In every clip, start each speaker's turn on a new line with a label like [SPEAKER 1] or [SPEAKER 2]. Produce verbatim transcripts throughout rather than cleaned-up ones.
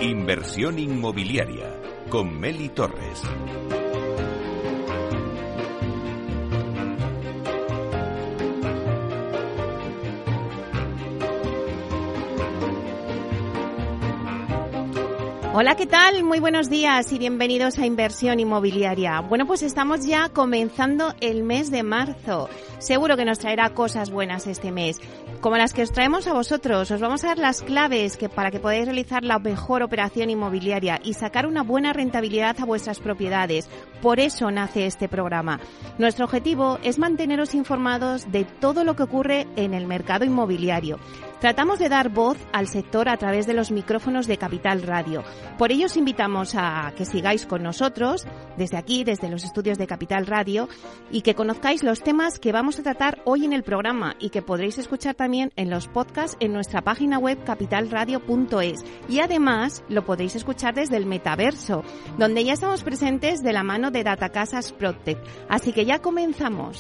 [SPEAKER 1] Inversión inmobiliaria con Meli Torres.
[SPEAKER 2] Hola, ¿qué tal? Muy buenos días y bienvenidos a Inversión Inmobiliaria. Bueno, pues estamos ya comenzando el mes de marzo. Seguro que nos traerá cosas buenas este mes, como las que os traemos a vosotros. Os vamos a dar las claves que para que podáis realizar la mejor operación inmobiliaria y sacar una buena rentabilidad a vuestras propiedades. Por eso nace este programa. Nuestro objetivo es manteneros informados de todo lo que ocurre en el mercado inmobiliario. Tratamos de dar voz al sector a través de los micrófonos de Capital Radio. Por ello os invitamos a que sigáis con nosotros desde aquí, desde los estudios de Capital Radio, y que conozcáis los temas que vamos a tratar hoy en el programa y que podréis escuchar también en los podcasts en nuestra página web capital radio punto es. Y además lo podréis escuchar desde el metaverso, donde ya estamos presentes de la mano de Datacasas Protect. Así que ya comenzamos.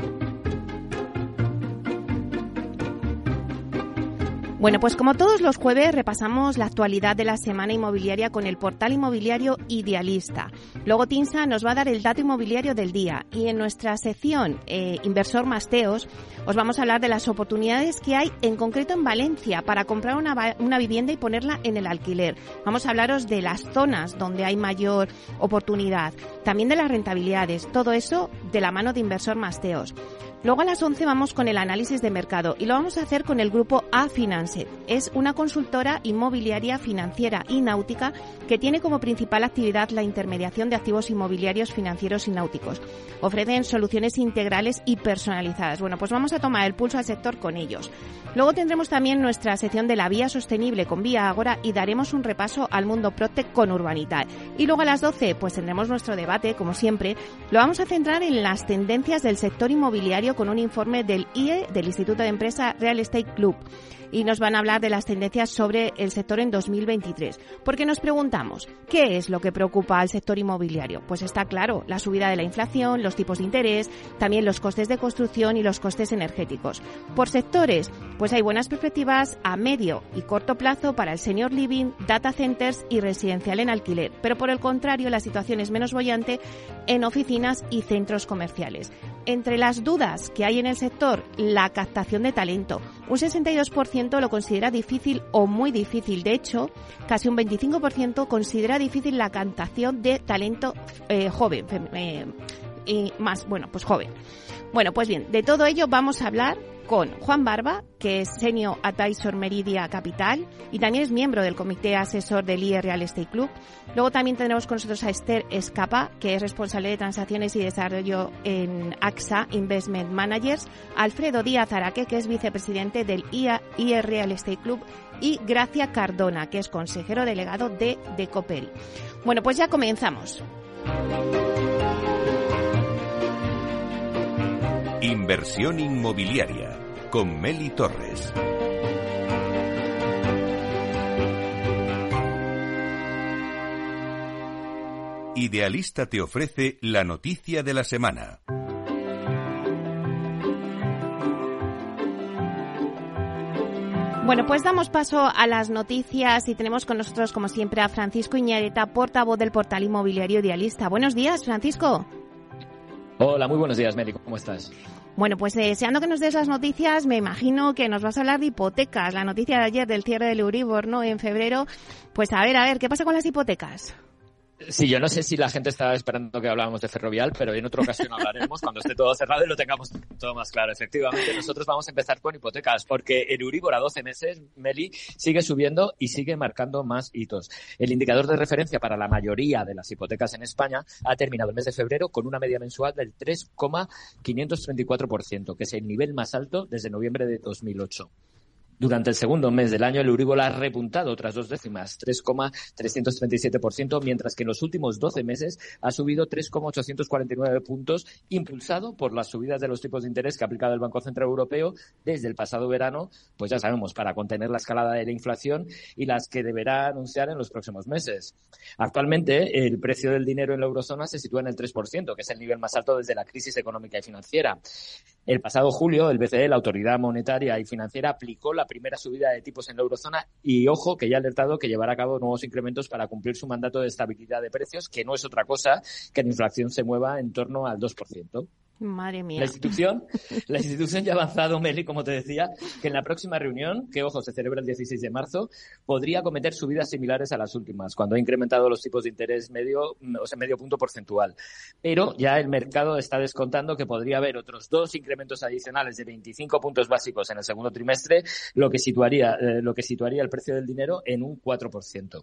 [SPEAKER 2] Bueno, pues como todos los jueves repasamos la actualidad de la semana inmobiliaria con el portal inmobiliario Idealista. Luego Tinsa nos va a dar el dato inmobiliario del día y en nuestra sección eh, Inversor Masteos os vamos a hablar de las oportunidades que hay en concreto en Valencia para comprar una, una vivienda y ponerla en el alquiler. Vamos a hablaros de las zonas donde hay mayor oportunidad, también de las rentabilidades, todo eso de la mano de Inversor Masteos. Luego a las once vamos con el análisis de mercado y lo vamos a hacer con el grupo A-Financet. Es una consultora inmobiliaria, financiera y náutica que tiene como principal actividad la intermediación de activos inmobiliarios, financieros y náuticos. Ofrecen soluciones integrales y personalizadas. Bueno, pues vamos a tomar el pulso al sector con ellos. Luego tendremos también nuestra sección de la vía sostenible con Vía Ágora y daremos un repaso al mundo Protec con Urbanita. Y luego a las doce pues tendremos nuestro debate, como siempre. Lo vamos a centrar en las tendencias del sector inmobiliario con un informe del I E, del Instituto de Empresa Real Estate Club. Y nos van a hablar de las tendencias sobre el sector en dos mil veintitrés. Porque nos preguntamos, ¿qué es lo que preocupa al sector inmobiliario? Pues está claro, la subida de la inflación, los tipos de interés, también los costes de construcción y los costes energéticos. Por sectores, pues hay buenas perspectivas a medio y corto plazo para el senior living, data centers y residencial en alquiler. Pero por el contrario, la situación es menos boyante en oficinas y centros comerciales. Entre las dudas que hay en el sector, la captación de talento. Un sesenta y dos por ciento lo considera difícil o muy difícil. De hecho, casi un veinticinco por ciento considera difícil la captación de talento eh, joven, eh, y más, bueno, pues joven. Bueno, pues bien, de todo ello vamos a hablar con Juan Barba, que es Senior Advisor Meridia Capital y también es miembro del comité asesor del I E Real Estate Club. Luego también tendremos con nosotros a Esther Escapa, que es responsable de transacciones y desarrollo en A X A Investment Managers, Alfredo Díaz Araque, que es vicepresidente del I E Real Estate Club, y Gracia Cardona, que es consejero delegado de Decoperi. Bueno, pues ya comenzamos.
[SPEAKER 1] Inversión inmobiliaria con Meli Torres. Idealista te ofrece la noticia de la semana.
[SPEAKER 2] Bueno, pues damos paso a las noticias y tenemos con nosotros, como siempre, a Francisco Iñareta, portavoz del portal inmobiliario Idealista. Buenos días, Francisco.
[SPEAKER 3] Hola, muy buenos días, Meli. ¿Cómo estás?
[SPEAKER 2] Bueno, pues deseando que nos des las noticias, me imagino que nos vas a hablar de hipotecas. La noticia de ayer del cierre del Euribor, ¿no?, en febrero. Pues a ver, a ver, ¿qué pasa con las hipotecas?
[SPEAKER 3] Sí, yo no sé si la gente estaba esperando que habláramos de Ferrovial, pero en otra ocasión hablaremos cuando esté todo cerrado y lo tengamos todo más claro. Efectivamente, nosotros vamos a empezar con hipotecas, porque el Euribor a doce meses, Meli, sigue subiendo y sigue marcando más hitos. El indicador de referencia para la mayoría de las hipotecas en España ha terminado el mes de febrero con una media mensual del tres coma quinientos treinta y cuatro por ciento, que es el nivel más alto desde noviembre de dos mil ocho. Durante el segundo mes del año, el Euribor ha repuntado otras dos décimas, tres coma trescientos treinta y siete por ciento, mientras que en los últimos doce meses ha subido tres coma ochocientos cuarenta y nueve puntos, impulsado por las subidas de los tipos de interés que ha aplicado el Banco Central Europeo desde el pasado verano, pues ya sabemos, para contener la escalada de la inflación y las que deberá anunciar en los próximos meses. Actualmente, el precio del dinero en la eurozona se sitúa en el tres por ciento, que es el nivel más alto desde la crisis económica y financiera. El pasado julio, el B C E, la Autoridad Monetaria y Financiera, aplicó la primera subida de tipos en la eurozona y, ojo, que ya ha alertado que llevará a cabo nuevos incrementos para cumplir su mandato de estabilidad de precios, que no es otra cosa que la inflación se mueva en torno al dos por ciento.
[SPEAKER 2] Madre mía.
[SPEAKER 3] La institución, la institución ya ha avanzado, Meli, como te decía, que en la próxima reunión, que ojo, se celebra el dieciséis de marzo, podría cometer subidas similares a las últimas, cuando ha incrementado los tipos de interés medio, o sea, medio punto porcentual. Pero ya el mercado está descontando que podría haber otros dos incrementos adicionales de veinticinco puntos básicos en el segundo trimestre, lo que situaría, eh, lo que situaría el precio del dinero en un cuatro por ciento.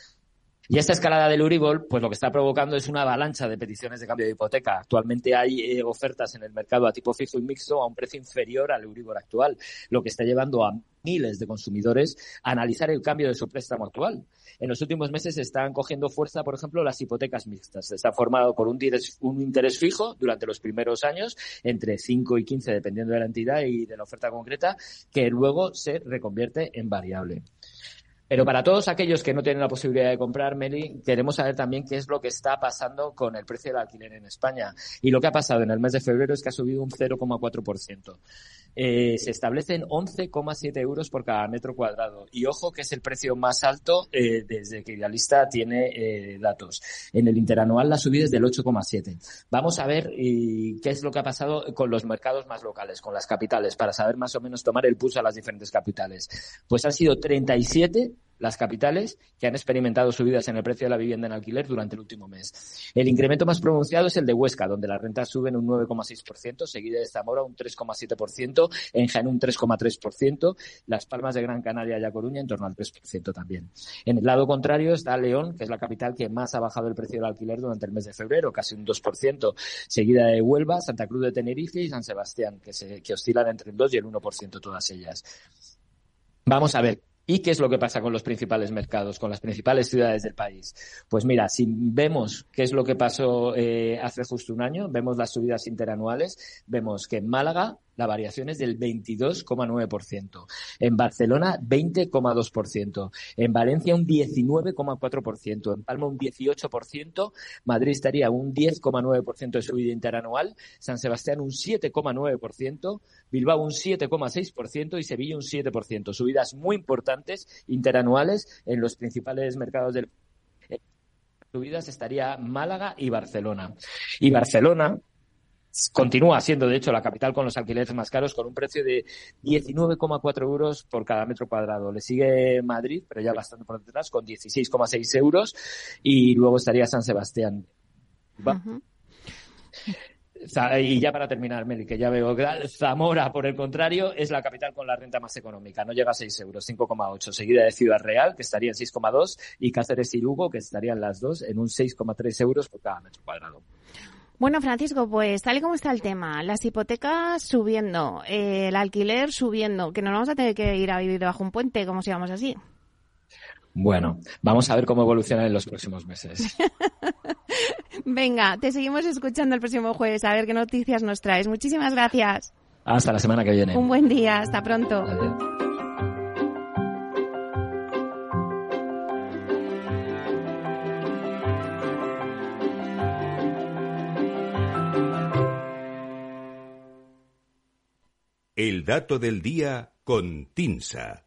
[SPEAKER 3] Y esta escalada del Euribor, pues lo que está provocando es una avalancha de peticiones de cambio de hipoteca. Actualmente hay eh, ofertas en el mercado a tipo fijo y mixto a un precio inferior al Euribor actual, lo que está llevando a miles de consumidores a analizar el cambio de su préstamo actual. En los últimos meses están cogiendo fuerza, por ejemplo, las hipotecas mixtas. Está formado por un interés, un interés fijo durante los primeros años, entre cinco y quince, dependiendo de la entidad y de la oferta concreta, que luego se reconvierte en variable. Pero para todos aquellos que no tienen la posibilidad de comprar, Meli, queremos saber también qué es lo que está pasando con el precio del alquiler en España. Y lo que ha pasado en el mes de febrero es que ha subido un cero coma cuatro por ciento. Eh, se establecen once coma siete euros por cada metro cuadrado. Y ojo que es el precio más alto eh, desde que Idealista tiene eh, datos. En el interanual la subida es del ocho coma siete. Vamos a ver y, qué es lo que ha pasado con los mercados más locales, con las capitales, para saber más o menos tomar el pulso a las diferentes capitales. Pues han sido treinta y siete las capitales que han experimentado subidas en el precio de la vivienda en alquiler durante el último mes. El incremento más pronunciado es el de Huesca, donde las rentas suben un nueve coma seis por ciento, seguida de Zamora un tres coma siete por ciento, en Jaén un tres coma tres por ciento, Las Palmas de Gran Canaria y A Coruña en torno al tres por ciento también. En el lado contrario está León, que es la capital que más ha bajado el precio del alquiler durante el mes de febrero, casi un dos por ciento, seguida de Huelva, Santa Cruz de Tenerife y San Sebastián, que, se, que oscilan entre el dos y el uno por ciento todas ellas. Vamos a ver. ¿Y qué es lo que pasa con los principales mercados, con las principales ciudades del país? Pues mira, si vemos qué es lo que pasó eh, hace justo un año, vemos las subidas interanuales, vemos que en Málaga la variación es del veintidós coma nueve por ciento, en Barcelona veinte coma dos por ciento, en Valencia un diecinueve coma cuatro por ciento, en Palma un dieciocho por ciento, Madrid estaría un diez coma nueve por ciento de subida interanual, San Sebastián un siete coma nueve por ciento, Bilbao un siete coma seis por ciento y Sevilla un siete por ciento. Subidas muy importantes interanuales en los principales mercados del país. Subidas estaría Málaga y Barcelona. Y Barcelona continúa siendo, de hecho, la capital con los alquileres más caros, con un precio de diecinueve coma cuatro euros por cada metro cuadrado. Le sigue Madrid, pero ya bastante por detrás, con dieciséis coma seis euros. Y luego estaría San Sebastián. Uh-huh. Y ya para terminar, Meli, que ya veo que Zamora, por el contrario, es la capital con la renta más económica. No llega a seis euros, cinco coma ocho. Seguida de Ciudad Real, que estaría en seis coma dos, y Cáceres y Lugo, que estarían las dos en un seis coma tres euros por cada metro cuadrado.
[SPEAKER 2] Bueno, Francisco, pues tal y como está el tema, las hipotecas subiendo, eh, el alquiler subiendo, que nos vamos a tener que ir a vivir debajo un puente, como si vamos así.
[SPEAKER 3] Bueno, vamos a ver cómo evoluciona en los próximos meses.
[SPEAKER 2] Venga, te seguimos escuchando el próximo jueves, a ver qué noticias nos traes. Muchísimas gracias.
[SPEAKER 3] Hasta la semana que viene.
[SPEAKER 2] Un buen día, hasta pronto.
[SPEAKER 3] Adiós.
[SPEAKER 1] El dato del día con Tinsa.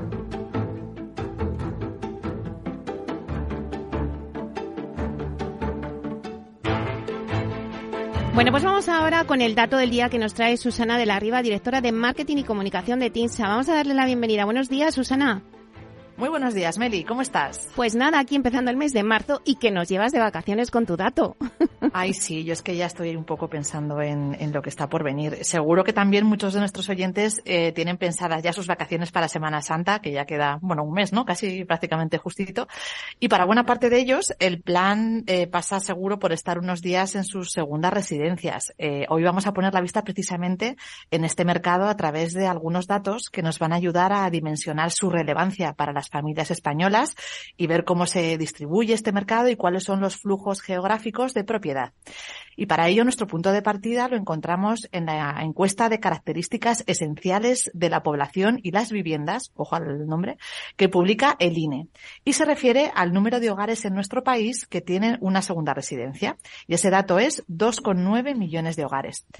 [SPEAKER 2] Bueno, pues vamos ahora con el dato del día que nos trae Susana de la Riva, directora de Marketing y Comunicación de Tinsa. Vamos a darle la bienvenida. Buenos días, Susana.
[SPEAKER 4] Muy buenos días, Meli. ¿Cómo estás?
[SPEAKER 2] Pues nada, aquí empezando el mes de marzo y que nos llevas de vacaciones con tu dato.
[SPEAKER 4] Ay, sí, yo es que ya estoy un poco pensando en, en lo que está por venir. Seguro que también muchos de nuestros oyentes eh, tienen pensadas ya sus vacaciones para Semana Santa, que ya queda, bueno, un mes, ¿no? Casi prácticamente justito. Y para buena parte de ellos, el plan eh, pasa seguro por estar unos días en sus segundas residencias. Eh, hoy vamos a poner la vista precisamente en este mercado a través de algunos datos que nos van a ayudar a dimensionar su relevancia para las familias españolas y ver cómo se distribuye este mercado y cuáles son los flujos geográficos de propiedad. Y para ello nuestro punto de partida lo encontramos en la encuesta de características esenciales de la población y las viviendas, ojo al nombre, que publica el I N E. Y se refiere al número de hogares en nuestro país que tienen una segunda residencia. Y ese dato es dos coma nueve millones de hogares.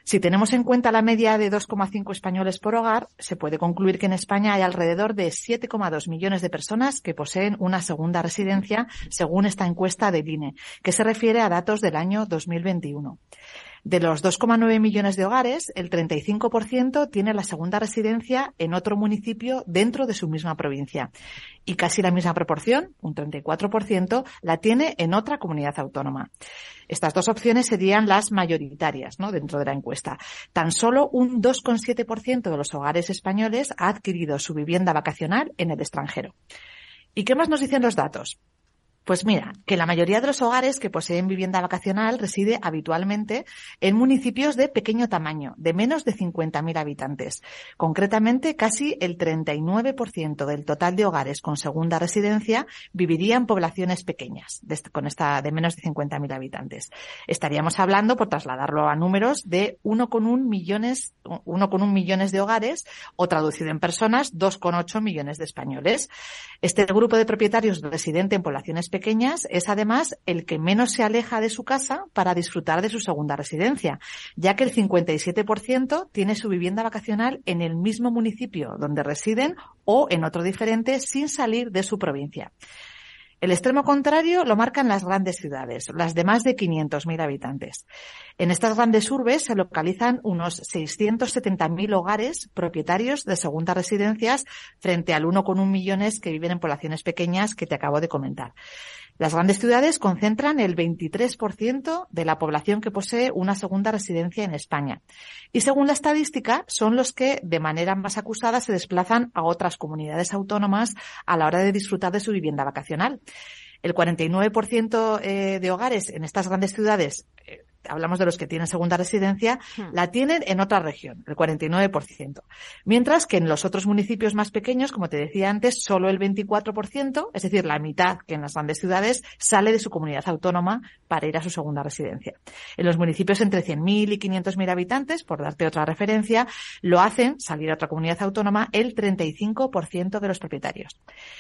[SPEAKER 4] Si tenemos en cuenta la media de dos coma cinco españoles por hogar, se puede concluir que en España hay alrededor de siete coma dos millones de personas que poseen una segunda residencia, según esta encuesta del I N E, que se refiere a datos del año dos mil veintiuno. De los dos coma nueve millones de hogares, el treinta y cinco por ciento tiene la segunda residencia en otro municipio dentro de su misma provincia. Y casi la misma proporción, un treinta y cuatro por ciento, la tiene en otra comunidad autónoma. Estas dos opciones serían las mayoritarias, ¿no?, dentro de la encuesta. Tan solo un dos coma siete por ciento de los hogares españoles ha adquirido su vivienda vacacional en el extranjero. ¿Y qué más nos dicen los datos? Pues mira, que la mayoría de los hogares que poseen vivienda vacacional reside habitualmente en municipios de pequeño tamaño, de menos de cincuenta mil habitantes. Concretamente, casi el treinta y nueve por ciento del total de hogares con segunda residencia viviría en poblaciones pequeñas, de este, con esta de menos de cincuenta mil habitantes. Estaríamos hablando, por trasladarlo a números, de uno coma uno millones, uno coma uno millones de hogares, o traducido en personas, dos coma ocho millones de españoles. Este grupo de propietarios residente en poblaciones pequeñas es además el que menos se aleja de su casa para disfrutar de su segunda residencia, ya que el cincuenta y siete por ciento tiene su vivienda vacacional en el mismo municipio donde residen o en otro diferente sin salir de su provincia. El extremo contrario lo marcan las grandes ciudades, las de más de quinientos mil habitantes. En estas grandes urbes se localizan unos seiscientos setenta mil hogares propietarios de segundas residencias frente al uno coma uno millones que viven en poblaciones pequeñas que te acabo de comentar. Las grandes ciudades concentran el veintitrés por ciento de la población que posee una segunda residencia en España. Y según la estadística, son los que de manera más acusada se desplazan a otras comunidades autónomas a la hora de disfrutar de su vivienda vacacional. El cuarenta y nueve por ciento de hogares en estas grandes ciudades, eh, hablamos de los que tienen segunda residencia, hmm. la tienen en otra región, el cuarenta y nueve por ciento. Mientras que en los otros municipios más pequeños, como te decía antes, solo el veinticuatro por ciento, es decir, la mitad que en las grandes ciudades, sale de su comunidad autónoma para ir a su segunda residencia. En los municipios entre cien mil y quinientos mil habitantes, por darte otra referencia, lo hacen salir a otra comunidad autónoma el treinta y cinco por ciento de los propietarios.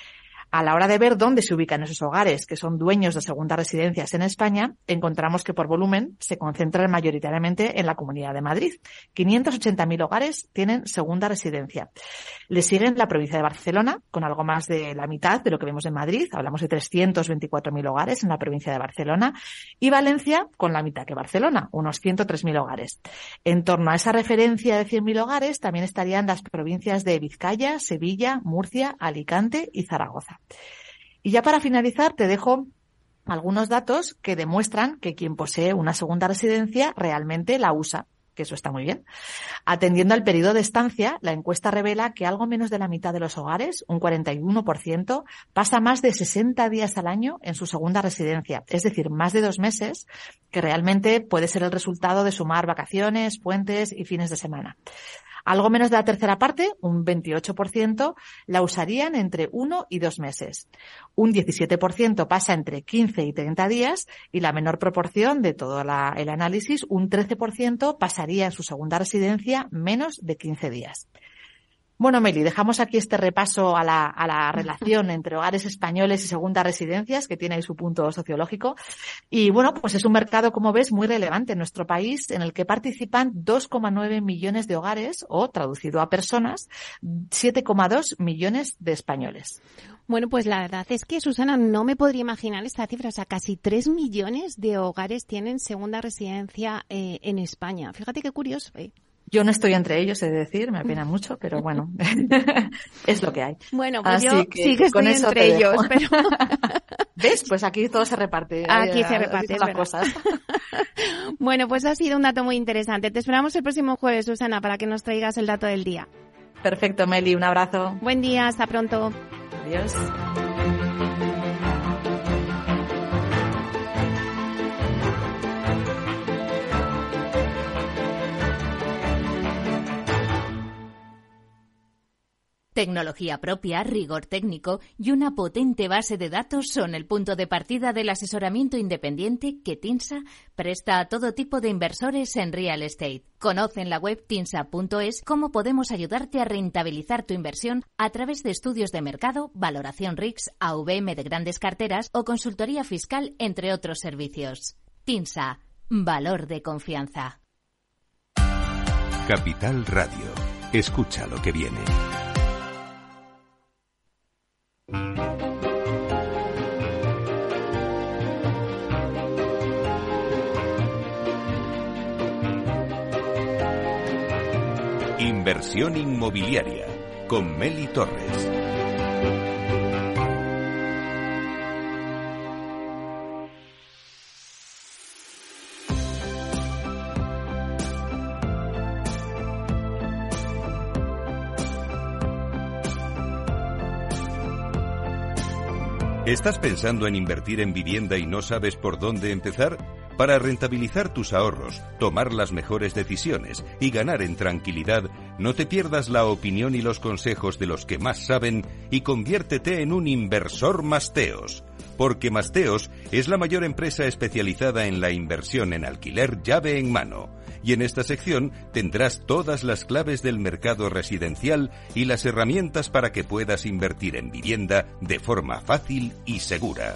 [SPEAKER 4] A la hora de ver dónde se ubican esos hogares que son dueños de segundas residencias en España, encontramos que por volumen se concentran mayoritariamente en la Comunidad de Madrid. quinientos ochenta mil hogares tienen segunda residencia. Le siguen la provincia de Barcelona, con algo más de la mitad de lo que vemos en Madrid. Hablamos de trescientos veinticuatro mil hogares en la provincia de Barcelona. Y Valencia, con la mitad que Barcelona, unos ciento tres mil hogares. En torno a esa referencia de cien mil hogares también estarían las provincias de Vizcaya, Sevilla, Murcia, Alicante y Zaragoza. Y ya para finalizar te dejo algunos datos que demuestran que quien posee una segunda residencia realmente la usa, que eso está muy bien. Atendiendo al periodo de estancia, la encuesta revela que algo menos de la mitad de los hogares, un cuarenta y uno por ciento, pasa más de sesenta días al año en su segunda residencia, es decir, más de dos meses, que realmente puede ser el resultado de sumar vacaciones, puentes y fines de semana. Algo menos de la tercera parte, un veintiocho por ciento, la usarían entre uno y dos meses. Un diecisiete por ciento pasa entre quince y treinta días y la menor proporción de todo la, el análisis, un trece por ciento, pasaría en su segunda residencia menos de quince días. Bueno, Meli, dejamos aquí este repaso a la, a la relación entre hogares españoles y segundas residencias, que tiene ahí su punto sociológico. Y bueno, pues es un mercado, como ves, muy relevante en nuestro país, en el que participan dos coma nueve millones de hogares, o traducido a personas, siete coma dos millones de españoles.
[SPEAKER 2] Bueno, pues la verdad es que, Susana, no me podría imaginar esta cifra. O sea, casi tres millones de hogares tienen segunda residencia eh, en España. Fíjate qué curioso, ¿eh?
[SPEAKER 4] Yo no estoy entre ellos, he de decir, me apena mucho, pero bueno, es lo que hay.
[SPEAKER 2] Bueno, pues
[SPEAKER 4] Así
[SPEAKER 2] yo
[SPEAKER 4] que
[SPEAKER 2] sí que estoy
[SPEAKER 4] con eso
[SPEAKER 2] entre ellos, pero...
[SPEAKER 4] ¿Ves? Pues aquí todo se reparte.
[SPEAKER 2] Aquí
[SPEAKER 4] eh,
[SPEAKER 2] se reparte,
[SPEAKER 4] las cosas.
[SPEAKER 2] Bueno, pues ha sido un dato muy interesante. Te esperamos el próximo jueves, Susana, para que nos traigas el dato del día.
[SPEAKER 4] Perfecto, Meli, un abrazo.
[SPEAKER 2] Buen día, hasta pronto.
[SPEAKER 4] Adiós.
[SPEAKER 5] Tecnología propia, rigor técnico y una potente base de datos son el punto de partida del asesoramiento independiente que TINSA presta a todo tipo de inversores en real estate. Conoce en la web tinsa punto es cómo podemos ayudarte a rentabilizar tu inversión a través de estudios de mercado, valoración R I C S, A V M de grandes carteras o consultoría fiscal, entre otros servicios. TINSA, valor de confianza.
[SPEAKER 1] Capital Radio. Escucha lo que viene. Inversión inmobiliaria con Meli Torres. ¿Estás pensando en invertir en vivienda y no sabes por dónde empezar? Para rentabilizar tus ahorros, tomar las mejores decisiones y ganar en tranquilidad, no te pierdas la opinión y los consejos de los que más saben y conviértete en un inversor Masteos. Porque Masteos es la mayor empresa especializada en la inversión en alquiler llave en mano. Y en esta sección tendrás todas las claves del mercado residencial y las herramientas para que puedas invertir en vivienda de forma fácil y segura.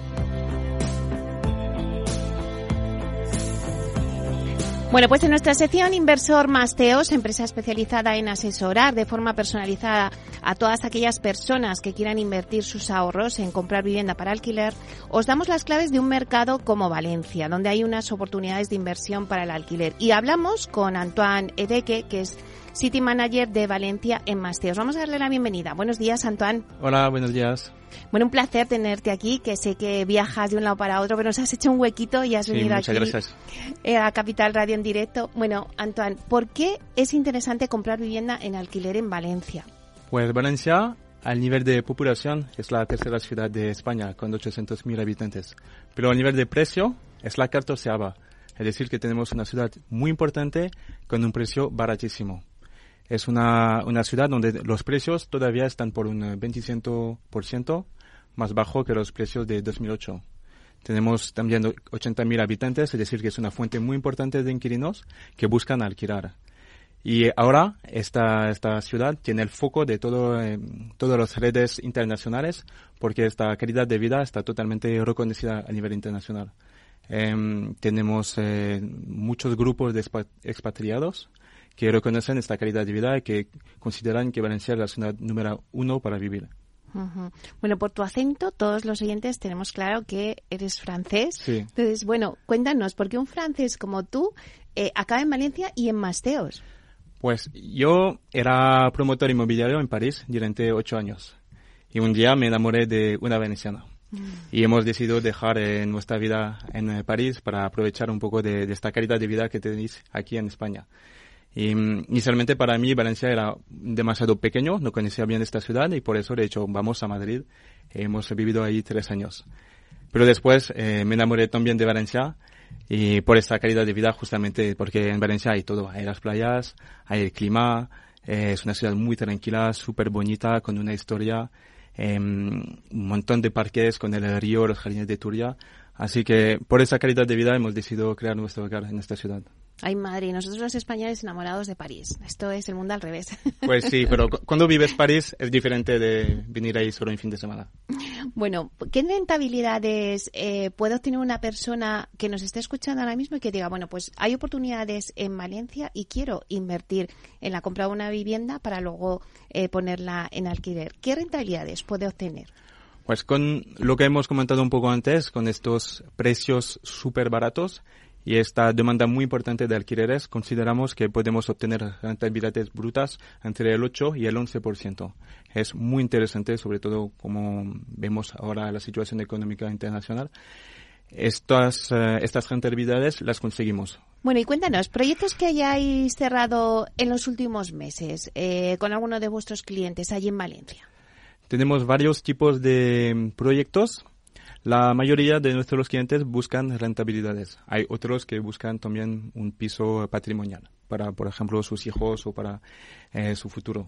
[SPEAKER 2] Bueno, pues en nuestra sección Inversor Masteos, empresa especializada en asesorar de forma personalizada a todas aquellas personas que quieran invertir sus ahorros en comprar vivienda para alquiler, os damos las claves de un mercado como Valencia, donde hay unas oportunidades de inversión para el alquiler. Y hablamos con Antoine Edeque, que es City Manager de Valencia en Masteos. Vamos a darle la bienvenida. Buenos días, Antoine.
[SPEAKER 6] Hola, buenos días.
[SPEAKER 2] Bueno, un placer tenerte aquí, que sé que viajas de un lado para otro, pero nos has hecho un huequito y has
[SPEAKER 6] sí,
[SPEAKER 2] venido
[SPEAKER 6] muchas
[SPEAKER 2] aquí
[SPEAKER 6] gracias.
[SPEAKER 2] Eh, a Capital Radio en directo. Bueno, Antoine, ¿por qué es interesante comprar vivienda en alquiler en Valencia?
[SPEAKER 6] Pues Valencia, al nivel de población, es la tercera ciudad de España, con ochocientos mil habitantes. Pero a nivel de precio, es la catorceava. Es decir, que tenemos una ciudad muy importante con un precio baratísimo. Es una, una ciudad donde los precios todavía están por un veinticinco por ciento más bajo que los precios de dos mil ocho. Tenemos también ochenta mil habitantes, es decir, que es una fuente muy importante de inquilinos que buscan alquilar. Y ahora esta, esta ciudad tiene el foco de todo, eh, todas las redes internacionales porque esta calidad de vida está totalmente reconocida a nivel internacional. Eh, tenemos eh, muchos grupos de expatriados que reconocen esta calidad de vida y que consideran que Valencia es la ciudad número uno para vivir.
[SPEAKER 2] Uh-huh. Bueno, por tu acento, todos los oyentes tenemos claro que eres francés.
[SPEAKER 6] Sí.
[SPEAKER 2] Entonces, bueno, cuéntanos, ¿por qué un francés como tú eh, acaba en Valencia y en Masteos?
[SPEAKER 6] Pues yo era promotor inmobiliario en París durante ocho años. Y un día me enamoré de una veneciana. Mm. Y hemos decidido dejar eh, nuestra vida en eh, París para aprovechar un poco de, de esta calidad de vida que tenéis aquí en España. Y inicialmente para mí Valencia era demasiado pequeño, no conocía bien esta ciudad y por eso de hecho vamos a Madrid. Hemos vivido ahí tres años. Pero después eh, me enamoré también de Valencia y por esta calidad de vida justamente porque en Valencia hay todo. Hay las playas, hay el clima, eh, es una ciudad muy tranquila, súper bonita, con una historia, eh, un montón de parques con el río, los jardines de Turia. Así que por esa calidad de vida hemos decidido crear nuestro hogar en esta ciudad.
[SPEAKER 2] Ay, madre, nosotros los españoles enamorados de París. Esto es el mundo al revés.
[SPEAKER 6] Pues sí, pero cuando vives en París es diferente de venir ahí solo en fin de semana.
[SPEAKER 2] Bueno, ¿qué rentabilidades eh, puede obtener una persona que nos esté escuchando ahora mismo y que diga, bueno, pues hay oportunidades en Valencia y quiero invertir en la compra de una vivienda para luego eh, ponerla en alquiler? ¿Qué rentabilidades puede obtener?
[SPEAKER 6] Pues con lo que hemos comentado un poco antes, con estos precios súper baratos y esta demanda muy importante de alquileres, consideramos que podemos obtener rentabilidades brutas entre el ocho y el once por ciento. Es muy interesante, sobre todo como vemos ahora la situación económica internacional. Estas, uh, estas rentabilidades las conseguimos.
[SPEAKER 2] Bueno, y cuéntanos, proyectos que hayáis cerrado en los últimos meses eh, con alguno de vuestros clientes allí en Valencia.
[SPEAKER 6] Tenemos varios tipos de proyectos. La mayoría de nuestros clientes buscan rentabilidades. Hay otros que buscan también un piso patrimonial para, por ejemplo, sus hijos o para eh, su futuro.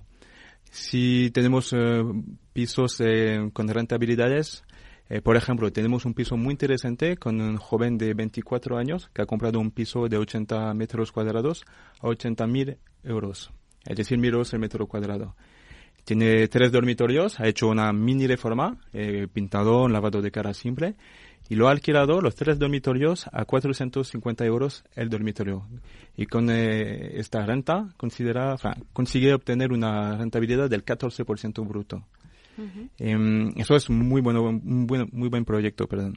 [SPEAKER 6] Si tenemos eh, pisos eh, con rentabilidades, eh, por ejemplo, tenemos un piso muy interesante con un joven de veinticuatro años que ha comprado un piso de ochenta metros cuadrados a ochenta mil euros, es decir, mil euros el metro cuadrado. Tiene tres dormitorios, ha hecho una mini reforma, eh, pintado, un lavado de cara simple, y lo ha alquilado los tres dormitorios a cuatrocientos cincuenta euros el dormitorio. Y con eh, esta renta considera, enfin, consigue obtener una rentabilidad del catorce por ciento bruto. Uh-huh. Eh, eso es muy bueno, un buen, muy buen proyecto, perdón.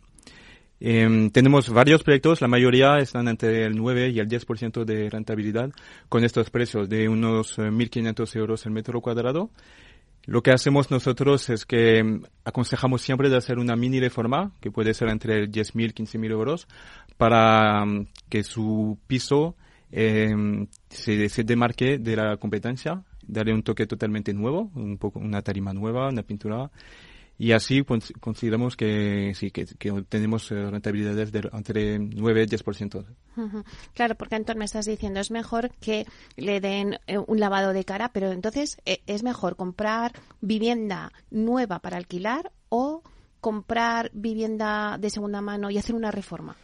[SPEAKER 6] Eh, tenemos varios proyectos, la mayoría están entre el nueve y el diez por ciento de rentabilidad con estos precios de unos eh, mil quinientos euros el metro cuadrado. Lo que hacemos nosotros es que aconsejamos siempre de hacer una mini reforma, que puede ser entre diez mil y quince mil euros, para um, que su piso eh, se, se demarque de la competencia, darle un toque totalmente nuevo, un poco, una tarima nueva, una pintura. Y así consideramos que sí que, que obtenemos rentabilidades de entre nueve y diez por ciento.
[SPEAKER 2] Uh-huh. Claro, porque entonces me estás diciendo, es mejor que le den eh, un lavado de cara, pero entonces eh, es mejor comprar vivienda nueva para alquilar o comprar vivienda de segunda mano y hacer una reforma.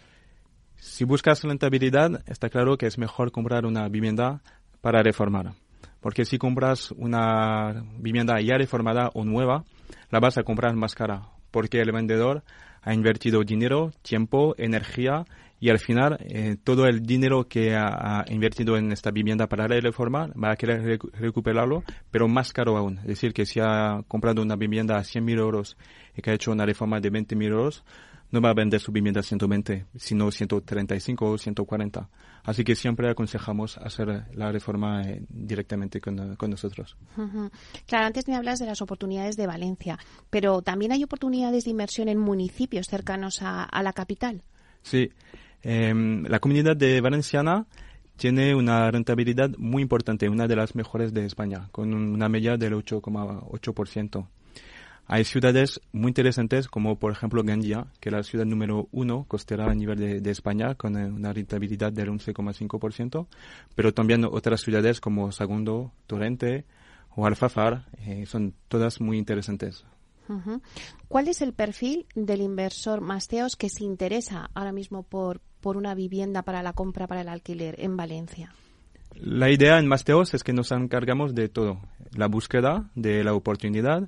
[SPEAKER 6] Si buscas rentabilidad, está claro que es mejor comprar una vivienda para reformar. Porque si compras una vivienda ya reformada o nueva, la vas a comprar más cara, porque el vendedor ha invertido dinero, tiempo, energía y al final eh, todo el dinero que ha, ha invertido en esta vivienda para la reforma va a querer recu- recuperarlo, pero más caro aún. Es decir, que si ha comprado una vivienda a cien mil euros y que ha hecho una reforma de veinte mil euros, no va a vender su vivienda a ciento veinte, sino ciento treinta y cinco o ciento cuarenta. Así que siempre aconsejamos hacer la reforma eh, directamente con, con nosotros.
[SPEAKER 2] Uh-huh. Claro, antes me hablas de las oportunidades de Valencia, pero también hay oportunidades de inversión en municipios cercanos a, a la capital.
[SPEAKER 6] Sí, eh, la comunidad de Valenciana tiene una rentabilidad muy importante, una de las mejores de España, con una media del ocho coma ocho por ciento. Hay ciudades muy interesantes como por ejemplo Gandia, que es la ciudad número uno costera a nivel de, de España con una rentabilidad del once coma cinco por ciento, pero también otras ciudades como Sagunto, Torrente o Alfafar, eh, son todas muy interesantes.
[SPEAKER 2] Uh-huh. ¿Cuál es el perfil del inversor Masteos que se interesa ahora mismo por, por una vivienda para la compra, para el alquiler en Valencia?
[SPEAKER 6] La idea en Masteos es que nos encargamos de todo, la búsqueda de la oportunidad,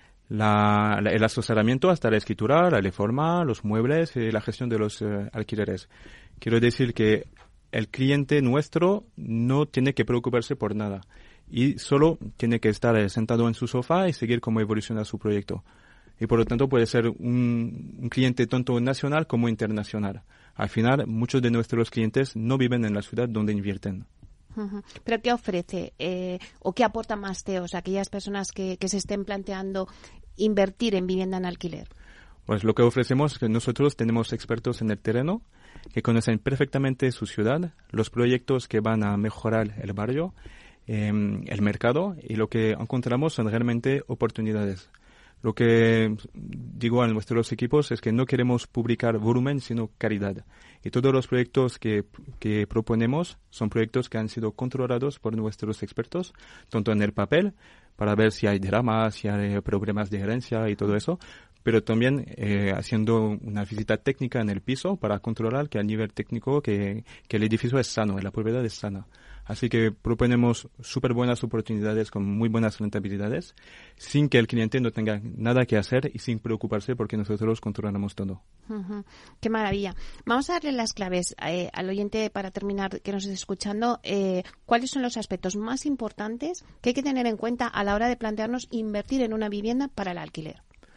[SPEAKER 6] La, la, el asesoramiento hasta la escritura, la reforma, los muebles y la gestión de los uh, alquileres. Quiero decir que el cliente nuestro no tiene que preocuparse por nada y solo tiene que estar eh, sentado en su sofá y seguir cómo evoluciona su proyecto. Y por lo tanto puede ser un, un cliente tanto nacional como internacional. Al final, muchos de nuestros clientes no viven en la ciudad donde invierten.
[SPEAKER 2] Uh-huh. ¿Pero qué ofrece eh, o qué aporta Masteos a aquellas personas que, que se estén planteando invertir en vivienda en alquiler?
[SPEAKER 6] Pues lo que ofrecemos es que nosotros tenemos expertos en el terreno que conocen perfectamente su ciudad, los proyectos que van a mejorar el barrio, eh, el mercado, y lo que encontramos son realmente oportunidades. Lo que digo a nuestros equipos es que no queremos publicar volumen, sino calidad. Y todos los proyectos que, que proponemos son proyectos que han sido controlados por nuestros expertos, tanto en el papel, para ver si hay dramas, si hay problemas de gerencia y todo eso, pero también eh, haciendo una visita técnica en el piso para controlar que a nivel técnico que, que el edificio es sano, la propiedad es sana. Así que proponemos súper buenas oportunidades con muy buenas rentabilidades, sin que el cliente no tenga nada que hacer y sin preocuparse porque nosotros controlamos todo.
[SPEAKER 2] Uh-huh. Qué maravilla. Vamos a darle las claves eh, al oyente para terminar, que nos esté escuchando. Eh, ¿Cuáles son los aspectos más importantes que hay que tener en cuenta a la hora de plantearnos invertir en una vivienda para el alquiler?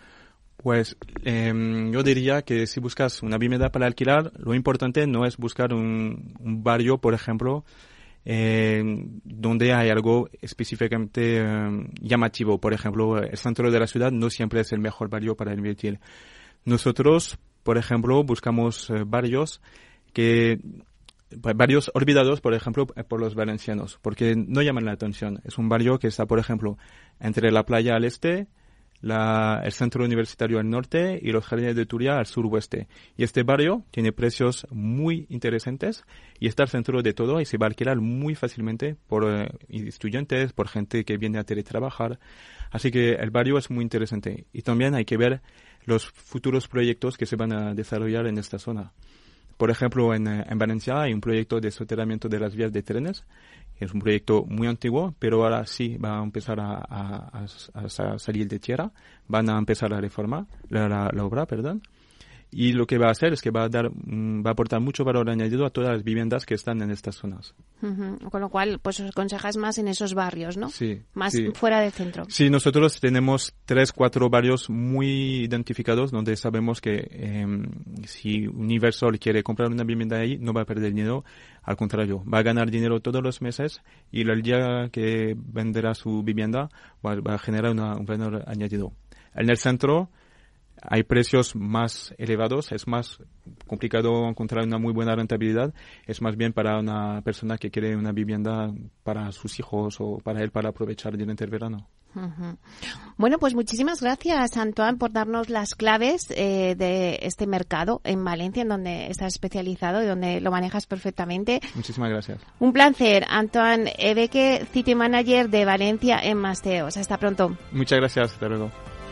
[SPEAKER 6] Pues eh, yo diría que si buscas una vivienda para alquilar, lo importante no es buscar un, un barrio, por ejemplo, Eh, donde hay algo específicamente eh, llamativo. Por ejemplo, el centro de la ciudad no siempre es el mejor barrio para invertir. Nosotros, por ejemplo, buscamos eh, barrios que barrios olvidados, por ejemplo, por los valencianos, porque no llaman la atención. Es un barrio que está, por ejemplo, entre la playa al este, La, el centro universitario al norte y los jardines de Turia al suroeste. Y este barrio tiene precios muy interesantes y está al centro de todo y se va a alquilar muy fácilmente por eh, estudiantes, por gente que viene a teletrabajar. Así que el barrio es muy interesante. Y también hay que ver los futuros proyectos que se van a desarrollar en esta zona. Por ejemplo, en, en Valencia hay un proyecto de soterramiento de las vías de trenes. Es un proyecto muy antiguo, pero ahora sí va a empezar a, a, a, a salir de tierra. Van a empezar la reforma, la, la, la obra, perdón. y lo que va a hacer es que va a dar, va a aportar mucho valor añadido a todas las viviendas que están en estas zonas.
[SPEAKER 2] Uh-huh. Con lo cual, pues os aconsejas más en esos barrios, ¿no?
[SPEAKER 6] Sí.
[SPEAKER 2] Más
[SPEAKER 6] sí.
[SPEAKER 2] fuera del centro.
[SPEAKER 6] Sí, nosotros tenemos tres, cuatro barrios muy identificados donde sabemos que eh, si un inversor quiere comprar una vivienda ahí, no va a perder dinero. Al contrario, va a ganar dinero todos los meses y el día que venderá su vivienda va, va a generar una, un valor añadido. En el centro hay precios más elevados, es más complicado encontrar una muy buena rentabilidad, es más bien para una persona que quiere una vivienda para sus hijos o para él para aprovechar durante el verano.
[SPEAKER 2] Uh-huh. Bueno, pues muchísimas gracias, Antoine, por darnos las claves eh, de este mercado en Valencia, en donde estás especializado y donde lo manejas perfectamente.
[SPEAKER 6] Muchísimas gracias.
[SPEAKER 2] Un placer, Antoine Ebeque, City Manager de Valencia en Masteos. Hasta pronto.
[SPEAKER 6] Muchas gracias, hasta luego.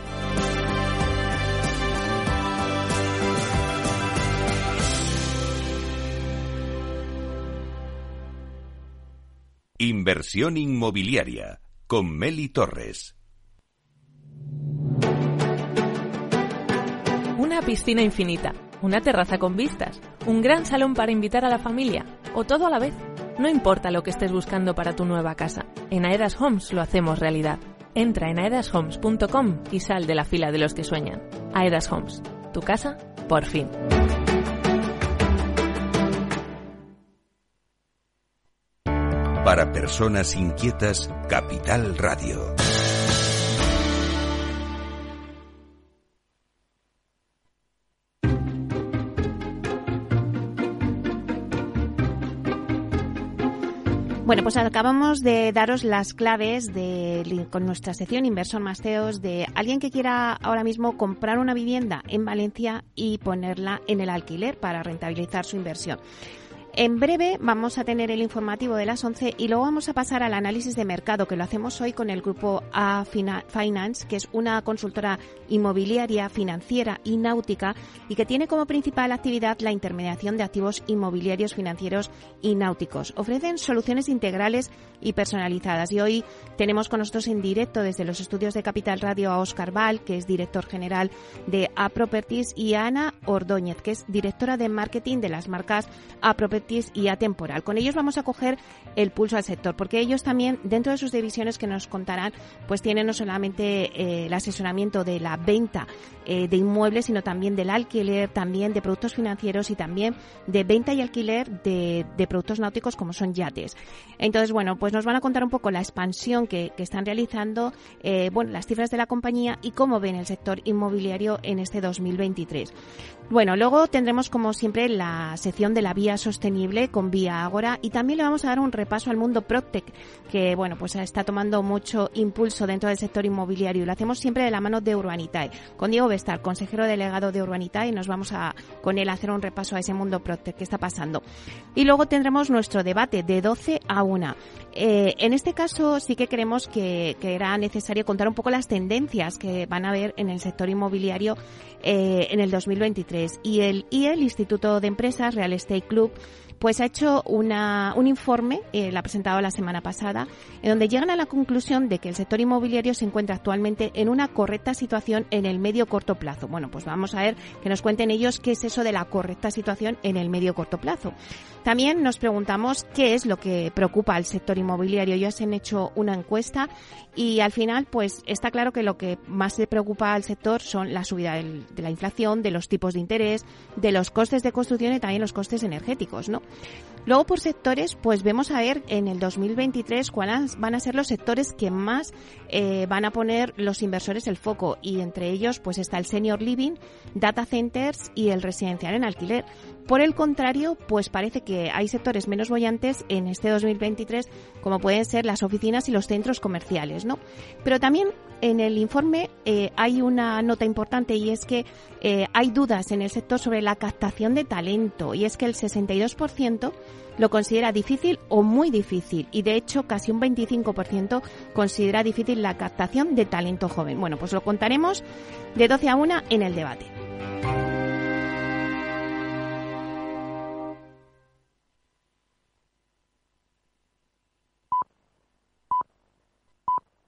[SPEAKER 1] Inversión inmobiliaria con Meli Torres.
[SPEAKER 7] Una piscina infinita, una terraza con vistas, un gran salón para invitar a la familia o todo a la vez. No importa lo que estés buscando para tu nueva casa, en Aedas Homes lo hacemos realidad. Entra en aedas homes punto com y sal de la fila de los que sueñan. Aedas Homes, tu casa, por fin.
[SPEAKER 1] Para personas inquietas, Capital Radio.
[SPEAKER 2] Bueno, pues acabamos de daros las claves de, con nuestra sección Inversor Masteos de alguien que quiera ahora mismo comprar una vivienda en Valencia y ponerla en el alquiler para rentabilizar su inversión. En breve vamos a tener el informativo de las once y luego vamos a pasar al análisis de mercado, que lo hacemos hoy con el grupo A Finance, que es una consultora inmobiliaria, financiera y náutica y que tiene como principal actividad la intermediación de activos inmobiliarios, financieros y náuticos. Ofrecen soluciones integrales y personalizadas y hoy tenemos con nosotros en directo desde los estudios de Capital Radio a Óscar Val, que es director general de A Properties, y a Ana Ordóñez, que es directora de marketing de las marcas A Properties y Atemporal. Con ellos vamos a coger el pulso al sector, porque ellos también, dentro de sus divisiones que nos contarán, pues tienen no solamente eh, el asesoramiento de la venta eh, de inmuebles, sino también del alquiler, también de productos financieros y también de venta y alquiler de, de productos náuticos como son yates. Entonces, bueno, pues nos van a contar un poco la expansión que, que están realizando, eh, bueno, las cifras de la compañía y cómo ven el sector inmobiliario en este dos mil veintitrés. Bueno, luego tendremos como siempre la sección de la vía sostenible con Vía Ágora y también le vamos a dar un repaso al mundo PropTech, que bueno, pues está tomando mucho impulso dentro del sector inmobiliario y lo hacemos siempre de la mano de Urbanitae. Con Diego Bestar, consejero delegado de Urbanitae, nos vamos a con él a hacer un repaso a ese mundo PropTech que está pasando. Y luego tendremos nuestro debate de doce a una. Eh, en este caso sí que creemos que, que era necesario contar un poco las tendencias que van a haber en el sector inmobiliario eh, en el dos mil veintitrés. Y el I E, el Instituto de Empresas Real Estate Club, pues ha hecho una, un informe, eh, lo ha presentado la semana pasada, en donde llegan a la conclusión de que el sector inmobiliario se encuentra actualmente en una correcta situación en el medio-corto plazo. Bueno, pues vamos a ver que nos cuenten ellos qué es eso de la correcta situación en el medio-corto plazo. También nos preguntamos qué es lo que preocupa al sector inmobiliario. Ya se han hecho una encuesta y al final pues está claro que lo que más le preocupa al sector son la subida del, de la inflación, de los tipos de interés, de los costes de construcción y también los costes energéticos, ¿no? Luego, por sectores, pues vemos a ver en el dos mil veintitrés cuáles van a ser los sectores que más eh, van a poner los inversores el foco, y entre ellos pues está el senior living, data centers y el residencial en alquiler. Por el contrario, pues parece que hay sectores menos bollantes en este dos mil veintitrés, como pueden ser las oficinas y los centros comerciales, ¿no? Pero también en el informe eh, hay una nota importante, y es que eh, hay dudas en el sector sobre la captación de talento, y es que el sesenta y dos por ciento lo considera difícil o muy difícil, y de hecho casi un veinticinco por ciento considera difícil la captación de talento joven. Bueno, pues lo contaremos de doce a una en el debate.